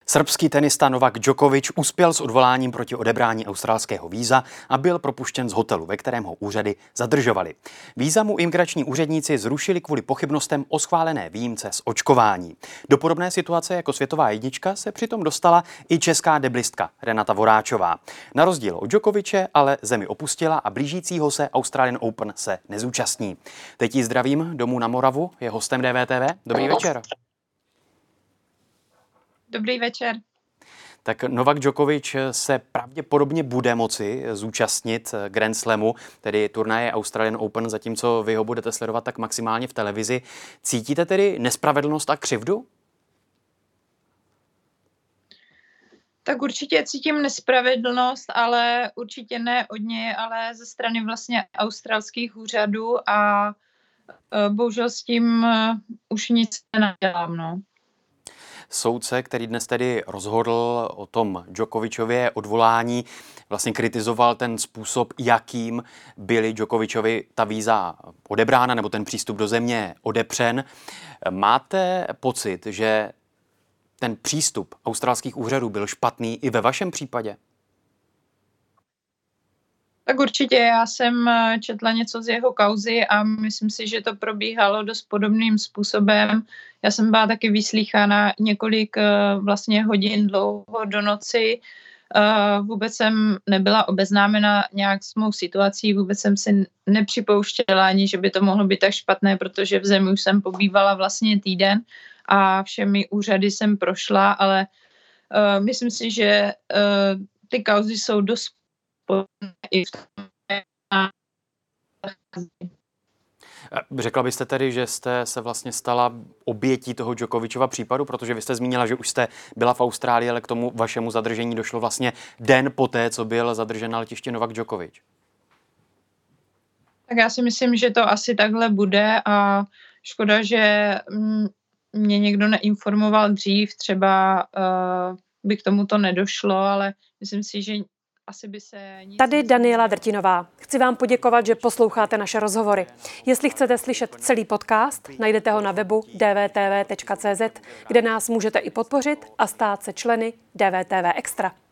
Srbský tenista Novak Djokovic uspěl s odvoláním proti odebrání australského víza a byl propuštěn z hotelu, ve kterém ho úřady zadržovali. Víza mu imigrační úředníci zrušili kvůli pochybnostem o schválené výjimce z očkování. Do podobné situace jako světová jednička se přitom dostala i česká deblistka Renata Voráčová. Na rozdíl od Djokoviče ale zemi opustila a blížícího se Australian Open se nezúčastní. Teď ji zdravím domů na Moravu, je hostem DVTV. Dobrý večer. Dobrý večer. Tak Novak Djokovic se pravděpodobně bude moci zúčastnit Grand Slamu, tedy turnaje Australian Open, zatímco vy ho budete sledovat tak maximálně v televizi. Cítíte tedy nespravedlnost a křivdu? Tak určitě cítím nespravedlnost, ale určitě ne od něj, ale ze strany vlastně australských úřadů a bohužel s tím už nic nenadělám, no. Soudce, který dnes tedy rozhodl o tom Djokovicově odvolání, vlastně kritizoval ten způsob, jakým byly Djokovicovi ta víza odebrána nebo ten přístup do země odepřen. Máte pocit, že ten přístup australských úřadů byl špatný i ve vašem případě? Tak určitě, já jsem četla něco z jeho kauzy a myslím si, že to probíhalo dost podobným způsobem. Já jsem byla taky vyslýchána několik vlastně hodin dlouho do noci. Vůbec jsem nebyla obeznámena nějak s mou situací, vůbec jsem si nepřipouštěla ani, že by to mohlo být tak špatné, protože v zemi už jsem pobývala vlastně týden a všemi úřady jsem prošla, ale myslím si, že ty kauzy jsou dost i v tom. Řekla byste tedy, že jste se vlastně stala obětí toho Djokovicova případu, protože vy jste zmínila, že už jste byla v Austrálii, ale k tomu vašemu zadržení došlo vlastně den poté, co byl zadržen na letišti Novak Djokovic. Tak já si myslím, že to asi takhle bude a škoda, že mě někdo neinformoval dřív, třeba by k tomuto nedošlo, ale myslím si, že asi by se nic... Tady Daniela Drtinová. Chci vám poděkovat, že posloucháte naše rozhovory. Jestli chcete slyšet celý podcast, najdete ho na webu dvtv.cz, kde nás můžete i podpořit a stát se členy DVTV Extra.